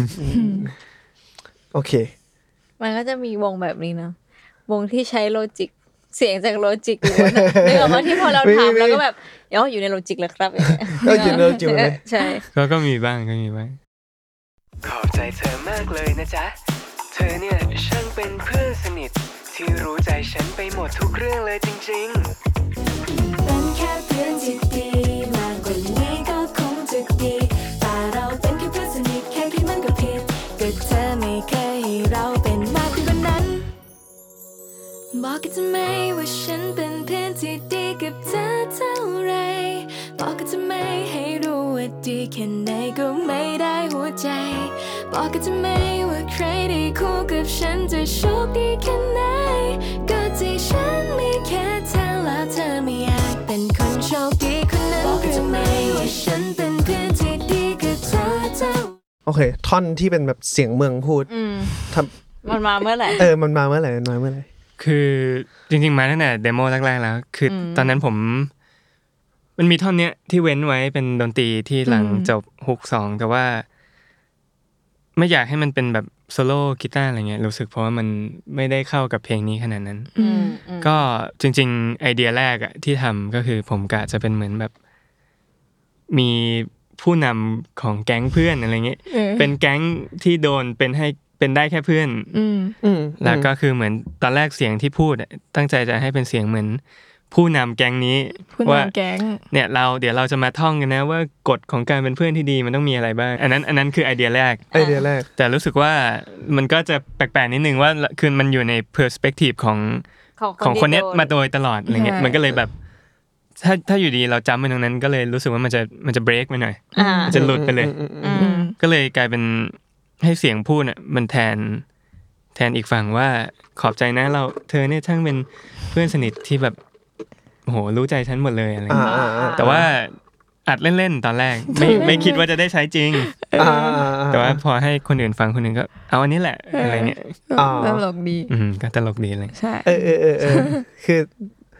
โอเคมันก็จะมีวงแบบนี้เนาะวงที่ใช้ Logic เสียงจาก Logic ล้วนนึกออกว่าที่พอเราทำแล้วก็แบบอยู่ใน Logic แล้วครับอยู่ใน Logic เลยใช่ก็มีบ้างขอบใจเธอมากเลยนะจ๊ะเธอเนี่ยช่างเป็นเพื่อนสนิทที่รู้ใจฉันไปหมดทุกเรื่องเลยจริงๆเป็นแค่เพื่อนที่ดีมากกว่านี้ก็คงจะดีแต่เราเป็นแค่เพื่อนสนิทแค่คิดมันก็ผิดก็เธอไม่เคยให้เราเป็นมากกว่านั้นบอกกันทำไมว่าฉันเป็นเพื่อนที่ดีกับเธอเท่าไรบอกกันทำไมให้รู้ว่าดีแค่ไหนก็ไม่ได้หัวใจบอกกันทำไมว่าใครได้คู่กับฉันจะโชคดีแค่ไหนก็ที่ฉันมีแค่เธอแล้วเธอไม่อยากเป็นคนโชคดีคนนั้นบอกกันทำไมว่าฉันเป็นเพื่อนที่ดีกับเธอเท่าโอเคท่อนที่เป็นแบบเสียงเมืองพูดมันมาเมื่อไหร่มันมาเมื่อไหร่คือจริงๆมาตั้งแต่เดโมแรกๆแล้วคือตอนนั้นมันมีท่อนเนี้ยที่เว้นไว้เป็นดนตรีที่หลังจบฮุก2แต่ว่าไม่อยากให้มันเป็นแบบโซโล่กีตาร์อะไรเงี้ยรู้สึกเพราะว่ามันไม่ได้เข้ากับเพลงนี้ขนาดนั้นก็จริงๆไอเดียแรกอะที่ทำก็คือผมกะจะเป็นเหมือนแบบมีผู้นำของแก๊งเพื่อนอะไรเงี้ยเป็นแก๊งที่โดนเป็นได้แค่เพื่อนแล้วก็คือเหมือนตอนแรกเสียงที่พูดตั้งใจจะให้เป็นเสียงเหมือนผู้นำแก๊งนี้ว่าเนี่ยเดี๋ยวเราจะมาท่องกันนะว่ากฎของการเป็นเพื่อนที่ดีมันต้องมีอะไรบ้างอันนั้นคือไอเดียแรกแต่รู้สึกว่ามันก็จะแปลกๆนิดนึงว่าคือมันอยู่ใน perspective ของคนนี้มาโดยตลอดอะไรเงี้ยมันก็เลยแบบถ้าอยู่ดีเราจำไปตรงนั้นก็เลยรู้สึกว่ามันจะเบรกไปหน่อยมันจะหลุดไปเลยก็เลยกลายเป็นให้เสียงพูดน่ะมันแทนอีกฝั่งว่าขอบใจนะเธอเนี่ยช่างเป็นเพื่อนสนิทที่แบบโหรู้ใจฉันหมดเลยอะไรแต่ว่าอัดเล่นๆตอนแรกไม่คิดว่าจะได้ใช้จริงแต่ว่าพอให้คนอื่นฟังคนอื่นก็เอาอันนี้แหละอะไรเงี้ยตลกดีก็ตลกดีเลยใช่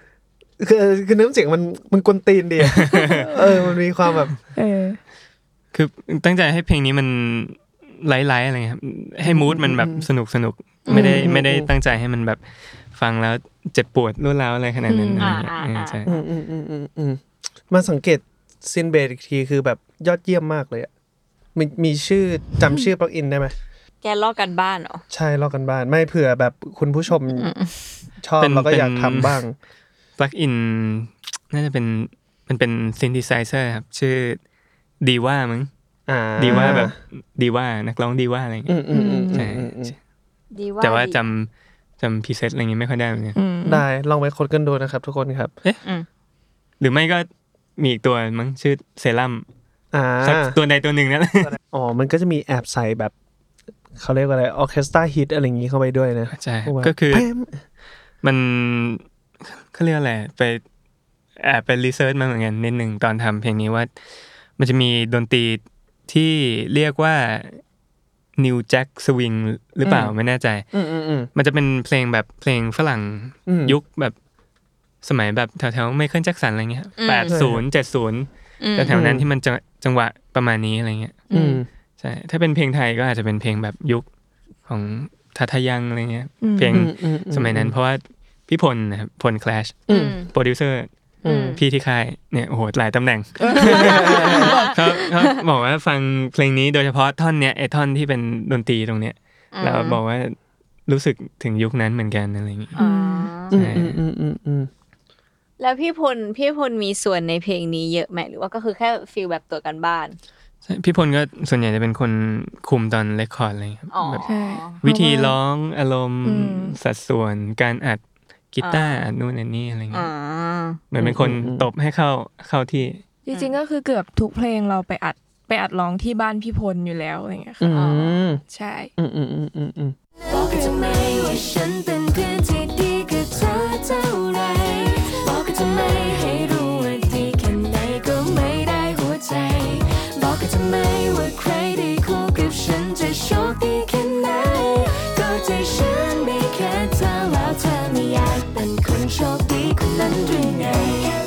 คือน้ำเสียงมันกวนตีนดีมันมีความแบบคือตั้งใจให้เพลงนี้มันไลท์ๆอะไรครับให้มูดมันแบบสนุกไม่ได้ตั้งใจให้มันแบบฟังแล้วเจ็บปวดรวดร้าวอะไรขนาดนั้นใช่มาสังเกตซินเบสอีกทีคือแบบยอดเยี่ยมมากเลยอ่ะมีชื่อจำชื่อปลั๊กอินได้ไหมแกลอกกันบ้านเหรอใช่ลอกกันบ้านไม่เผื่อแบบคุณผู้ชมชอบแล้วก็อยากทำบ้างปลั๊กอินน่าจะเป็นมันเป็นซินธิไซเซอร์ครับชื่อดีว่ามั้งดีว่าแบบดีว่านักร้องดีว่าอะไรอย่างเงี้ยใช่แต่ว่าจำพรีเซตอะไรเงี้ยไม่ค่อยได้เหมือนกันได้ลองไปค้นกันดูนะครับทุกคนครับหรือไม่ก็มีอีกตัวมั้งชื่อเซรั่มสักตัวใดตัวหนึ่งนั่นแหละอ๋อมันก็จะมีแอบใส่แบบเขาเรียกว่าอะไรออร์เคสตราฮิตอะไรอย่างงี้เข้าไปด้วยนะใช่ก็คือมันเขาเรียกอะไรไปรีเสิร์ชมาเหมือนกันนิดนึงตอนทำเพลงนี้ว่ามันจะมีดนตรีที่เรียกว่า New Jack Swing หรือเปล่าไม่แน่ใจมันจะเป็นเพลงแบบเพลงฝรั่งยุคแบบสมัยแบบแถวๆไมเคิลแจ็คสันอะไรเงี้ย80 70แถวๆนั้นที่มันจังหวะประมาณนี้อะไรเงี้ยใช่ถ้าเป็นเพลงไทยก็อาจจะเป็นเพลงแบบยุคของทัทยังอะไรเงี้ยเพลงสมัยนั้นเพราะว่าพี่พลนะครับพล Clash โปรดิวเซอร์พี่ที่ค่ายเนี่ยโอ้โหหลายตำแหน่งเขาบอกว่าฟังเพลงนี้โดยเฉพาะท่อนเนี้ยไอ้ท่อนที่เป็นดนตรีตรงเนี้ยแล้วบอกว่ารู้สึกถึงยุคนั้นเหมือนกันอะไรอย่างงี้ใช่แล้วพี่พลมีส่วนในเพลงนี้เยอะไหมหรือว่าก็คือแค่ฟีลแบบตัวกันบ้านพี่พลก็ส่วนใหญ่จะเป็นคนคุมตอนเรคคอร์ดอะไรครับแบบวิธีร้องอารมณ์สัดส่วนการอัดกีตาร์นู่นนี่อะไรเงี้ยเหมือนเป็นคนตบให้เข้าที่จริงๆก็คือเกือบทุกเพลงเราไปอัดร้องที่บ้านพี่พลอยู่แล้วอะไรเงี้ยค่ะใช่บอกกันทำไมว่าฉันเป็นเพื่อนที่ดีกับเธอเท่าไรบอกกันทำไมให้รู้ว่าดีแค่ไหนก็ไม่ได้หัวใจบอกกันทำไมว่าใครได้คู่กับฉันจะโชคดีแค่ไหนก็ใจฉันมีแค่เธอแล้วเธอไม่อยากเป็นคนโชคดีคนนั้นหรือไง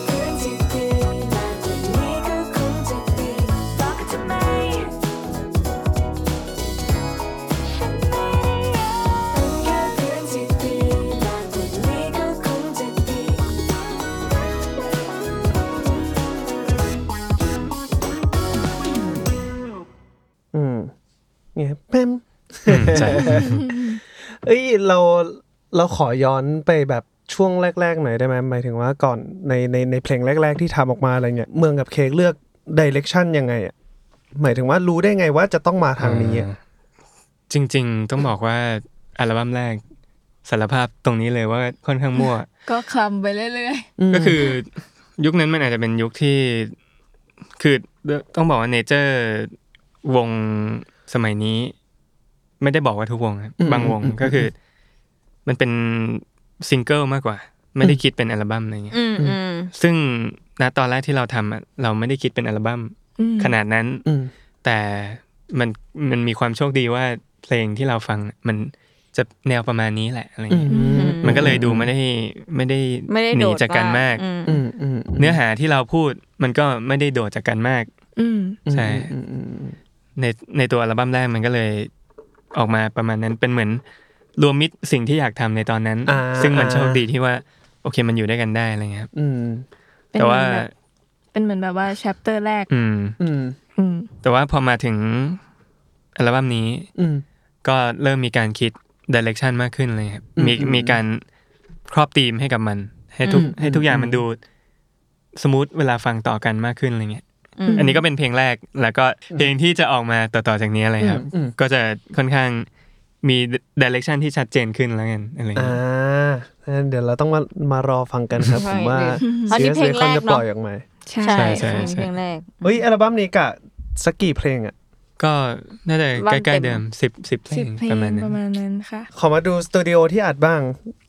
เนี่ยแป๊มใช่เอ้ยเราขอย้อนไปแบบช่วงแรกๆหน่อยได้ไหมหมายถึงว่าก่อนในเพลงแรกๆที่ทำออกมาอะไรเงี้ยเมืองกับเค้กเลือกดิเรกชันยังไงอ่ะหมายถึงว่ารู้ได้ไงว่าจะต้องมาทางนี้จริงๆต้องบอกว่าอัลบั้มแรกสารภาพตรงนี้เลยว่าค่อนข้างมั่วก็คลำไปเรื่อยๆก็คือยุคนั้นมันอาจจะเป็นยุคที่คือต้องบอกว่าเนเจอร์วงสมัยนี้ไม่ได้บอกว่าทุกวงบางวงก็คือมันเป็นซิงเกิลมากกว่าไม่ได้คิดเป็นอัลบั้มอะไรเงี้ยซึ่งณตอนแรกที่เราทำเราไม่ได้คิดเป็นอัลบั้มขนาดนั้นแต่มันมีความโชคดีว่าเพลงที่เราฟังมันจะแนวประมาณนี้แหละอะไรเงี้ยมันก็เลยดูไม่ได้หนีจากกันมากเนื้อหาที่เราพูดมันก็ไม่ได้โดดจากกันมากใช่ในตัวอัลบั้มแรกมันก็เลยออกมาประมาณนั้นเป็นเหมือนรวมมิตรสิ่งที่อยากทำในตอนนั้นซึ่งมันโชคดีที่ว่าโอเคมันอยู่ด้วยกันได้อะไรเงี้ยครับแต่ว่าเป็นเหมือนแบบว่าแชปเตอร์แรกแต่ว่าพอมาถึงอัลบั้มนี้ก็เริ่มมีการคิดดิเรกชันมากขึ้นเลยครับมีการครอบธีมให้กับมันให้ทุกอย่างมันดูสมูทเวลาฟังต่อกันมากขึ้นอะไรเงี้ยอันนี้ก็เป็นเพลงแรกแล้วก็เพลงที่จะออกมาต่อๆจากนี้อะไรครับก็จะค่อนข้างมีดิเรกชันที่ชัดเจนขึ้นแล้วกันอะไรอย่างเงี้ยเดี๋ยวเราต้องมารอฟังกันครับผมว่าเสียเพลงจะปล่อยออกมาใช่เพลงแรกเฮ้ยอัลบั้มนี้กะสักกี่เพลงอ่ะก็น่าจะใกล้ๆเดิม10เพลงประมาณนั้นค่ะขอมาดูสตูดิโอที่อัดบ้าง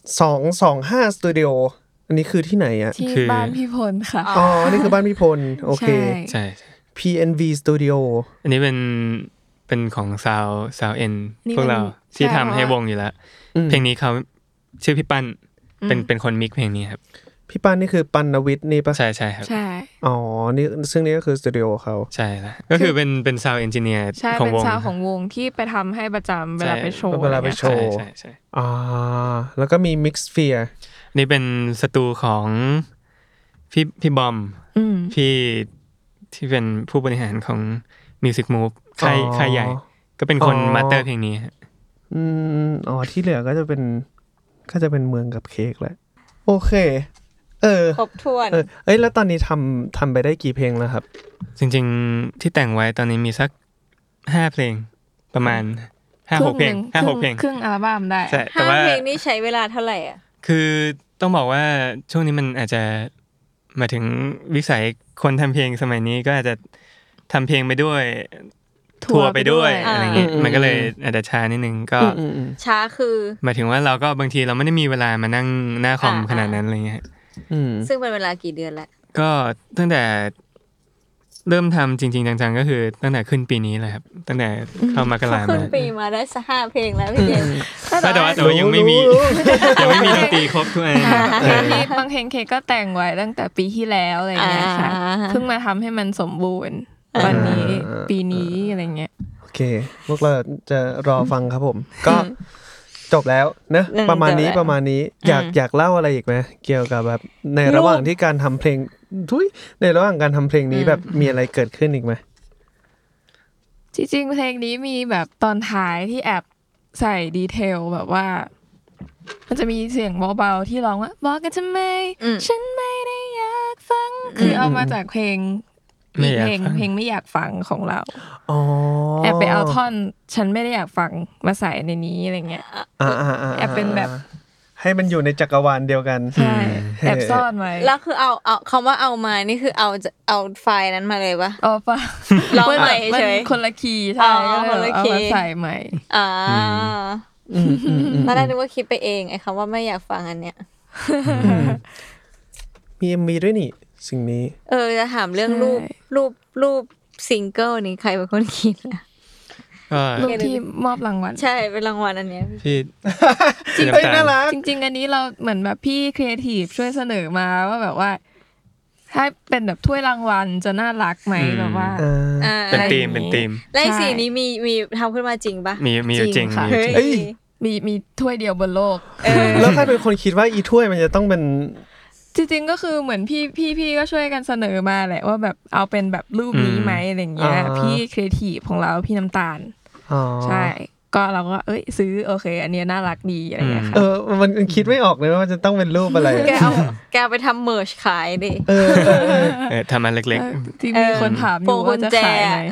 225สตูดิโออันนี้คือที่ไหนอ่ะที่บ้านพี่พลค่ะอ๋อนี่คือบ้านพี่พลโอเคใช่ PNV Studio อันนี้เป็นของ Sound N พวกเราที่ทำให้วงอยู่แล้วเพลงนี้เขาชื่อพี่ปั้นเป็นคนมิกเพลงนี้ครับพี่ปันนี่คือปันณวิทย์นี่ปะใช่ครับใช่อ๋อนี่ซึ่งนี่ก็คือสตูดิโอเขาใช่แล้วก็คือเป็นซาวด์เอนจิเนียร์ของวงเป็นซาวด์ของวงที่ไปทำให้ประจำเวลาไปโชว์ใช่แล้วก็มี Mix Sphere นี่เป็นสตูของพี่บอมพี่ที่เป็นผู้บริหารของ Music Move ค่ายใหญ่ก็เป็นคนมาสเตอร์เพลงนี้ที่เหลือก็จะเป็นเมืองกับเค้กแหละโอเคครบถ้วนแล้วตอนนี้ทำไปได้กี่เพลงแล้วครับจริงๆที่แต่งไว้ตอนนี้มีสัก5เพลงประมาณ 5-6 เพลง 5-6 เพลงครึ่งอัลบั้มได้ 5เพลงนี่ใช้เวลาเท่าไหร่อ่ะคือต้องบอกว่าช่วงนี้มันอาจจะมาถึงวิสัยคนทำเพลงสมัยนี้ก็อาจจะทำเพลงไปด้วยทัวร์ไปด้วยอะไรเงี้ยมันก็เลยอาจจะช้านิดนึงก็ช้าคือหมายถึงว่าเราก็บางทีเราไม่ได้มีเวลามานั่งหน้าคอมขนาดนั้นอะไรเงี้ยซึ่งเป็นเวลากี่เดือนแล้วก็ตั้งแต่เริ่มทำจริงๆจังๆก็คือตั้งแต่ขึ้นปีนี้แหละครับตั้งแต่เข้ามากราขึ้นปีมาได้สัก5เพลงแล้วพี่เจมแต่ว่ายังไม่มีดนตรีครบทุกอันบางเพลงเคก็แต่งไว้ตั้งแต่ปีที่แล้วอะไรเงี้ยค่ะเพิ่งมาทำให้มันสมบูรณ์วันนี้ปีนี้อะไรเงี้ยโอเคพวกเราจะรอฟังครับผมก็จบแล้วนะประมาณนี้อยากเล่าอะไรอีกไหมเกี่ยวกับแบบในระหว่างที่การทำเพลงในระหว่างการทำเพลงนี้แบบมีอะไรเกิดขึ้นอีกไหมจริงๆเพลงนี้มีแบบตอนท้ายที่แอบใส่ดีเทลแบบว่ามันจะมีเสียงเบาๆที่ร้องว่าบอกกันทำไมฉันไม่ได้อยากฟังคือเอามาจากเพลงไม่อยากฟังของเราแอบไปเอาท่อนฉันไม่ได้อยากฟังมาใส่ในนี้อะไรเงี้ยแอบเป็นแบบให้มันอยู่ในจักรวาลเดียวกันใช่แอบซ่อนไว้แล้วคือเอาคำว่าเอามานี่คือเอาไฟล์นั้นมาเลยปะป่ะร้องใหม่เฉยคนละคีย์ใช่ก็เลยเอามาใส่ใหม่ตอนแรกนึกว่าคิดไปเองไอ้คำว่าไม่อยากฟังอันเนี้ยมี MV ด้วยนี่สิ่งนี้จะถามเรื่องรูปซิงเกิลนี้ใครเป็นคนคิดนะรูปที่มอบรางวัลใช่เป็นรางวัลอันเนี้ยพี่จริงน่ารักจริงๆอันนี้เราเหมือนแบบพี่ครีเอทีฟช่วยเสนอมาว่าแบบว่าถ้าเป็นแบบถ้วยรางวัลจะน่ารักไหมแบบว่าเป็นธีมและสีนี้มีทำขึ้นมาจริงปะมีจริงค่ะมีถ้วยเดียวบนโลกแล้วใครเป็นคนคิดว่าอีถ้วยมันจะต้องเป็นจริงๆก็คือเหมือนพี่ก็ช่วยกันเสนอมาแหละว่าแบบเอาเป็นแบบรูปนี้ไหมอะไรเงี้ยพี่ครีเอทีฟของเราพี่น้ำตาลใช่ก็เราก็ซื้อโอเคอันนี้น่ารักดีอะไรเงี้ยค่ะมันคิดไม่ออกเลยว่าจะต้องเป็นรูปอะไรแกไปทำเมิร์ชขายดิทำอันเล็กๆที่มีคนถามอยู่ว่าจะขายไหม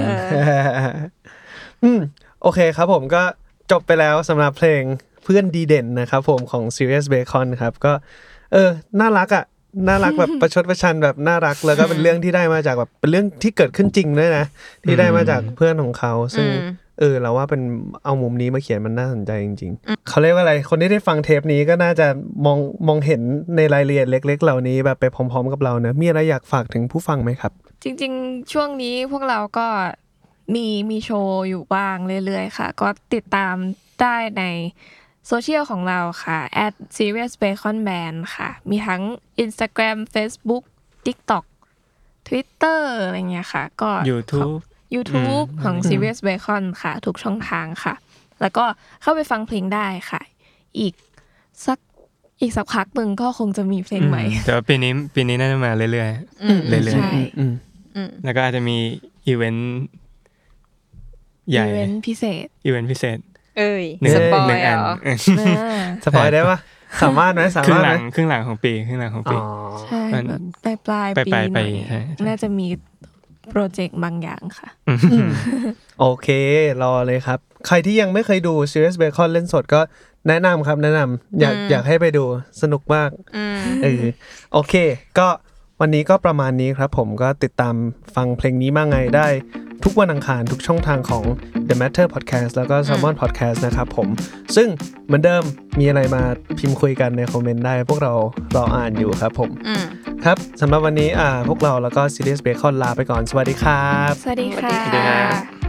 โอเคครับผมก็จบไปแล้วสำหรับเพลงเพื่อนดีเด่นนะครับผมของ Serious Bacon ครับก็น่ารักอ่ะน่ารักแบบประชดประชันแบบน่ารักแล้วก็เป็นเรื่องที่ได้มาจากแบบเป็นเรื่องที่เกิดขึ้นจริงด้วยนะที่ได้มาจากเพื่อนของเขาซึ่งเราว่าเป็นเอามุมนี้มาเขียนมันน่าสนใจจริงๆเขาเรียกว่าอะไรคนที่ได้ฟังเทปนี้ก็น่าจะมองเห็นในรายละเอียดเล็กๆเหล่านี้แบบไปพร้อมๆกับเรานะมีอะไรอยากฝากถึงผู้ฟังไหมครับจริงๆช่วงนี้พวกเราก็มีโชว์อยู่บ้างเรื่อยๆค่ะก็ติดตามได้ในโซเชียลของเราค่ะ @SeriousBaconBand ค่ะมีทั้ง Instagram Facebook TikTok Twitter อะไรเงี้ยค่ะก็ YouTube ของ Serious Bacon ค่ะทุกช่องทางค่ะแล้วก็เข้าไปฟังเพลงได้ค่ะอีกสักพักนึงก็คงจะมีเพลงใหม่แต่ว่าปีนี้น่าจะมาเรื่อยๆเรื่อยๆแล้วก็อาจจะมีอีเวนต์ใหญ่อีเวนต์พิเศษสปอยล์สปอยได้ปะสามารถไหมครึ่งหลังของปีใช่ปลายปีน่าจะมีโปรเจกต์บางอย่างค่ะโอเครอเลยครับใครที่ยังไม่เคยดู Serious Bacon เล่นสดก็แนะนำครับอยากให้ไปดูสนุกมากโอเคก็วันนี้ก็ประมาณนี้ครับผมก็ติดตามฟังเพลงนี้มาไงได้ทุกวันอังคารทุกช่องทางของ The Matter Podcast แล้วก็ Salmon Podcast นะครับผมซึ่งเหมือนเดิมมีอะไรมาพิมพ์คุยกันในคอมเมนต์ได้พวกเรารออ่านอยู่ครับผมครับสำหรับวันนี้พวกเราแล้วก็ Serious Bacon ลาไปก่อนสวัสดีครับสวัสดีค่ะ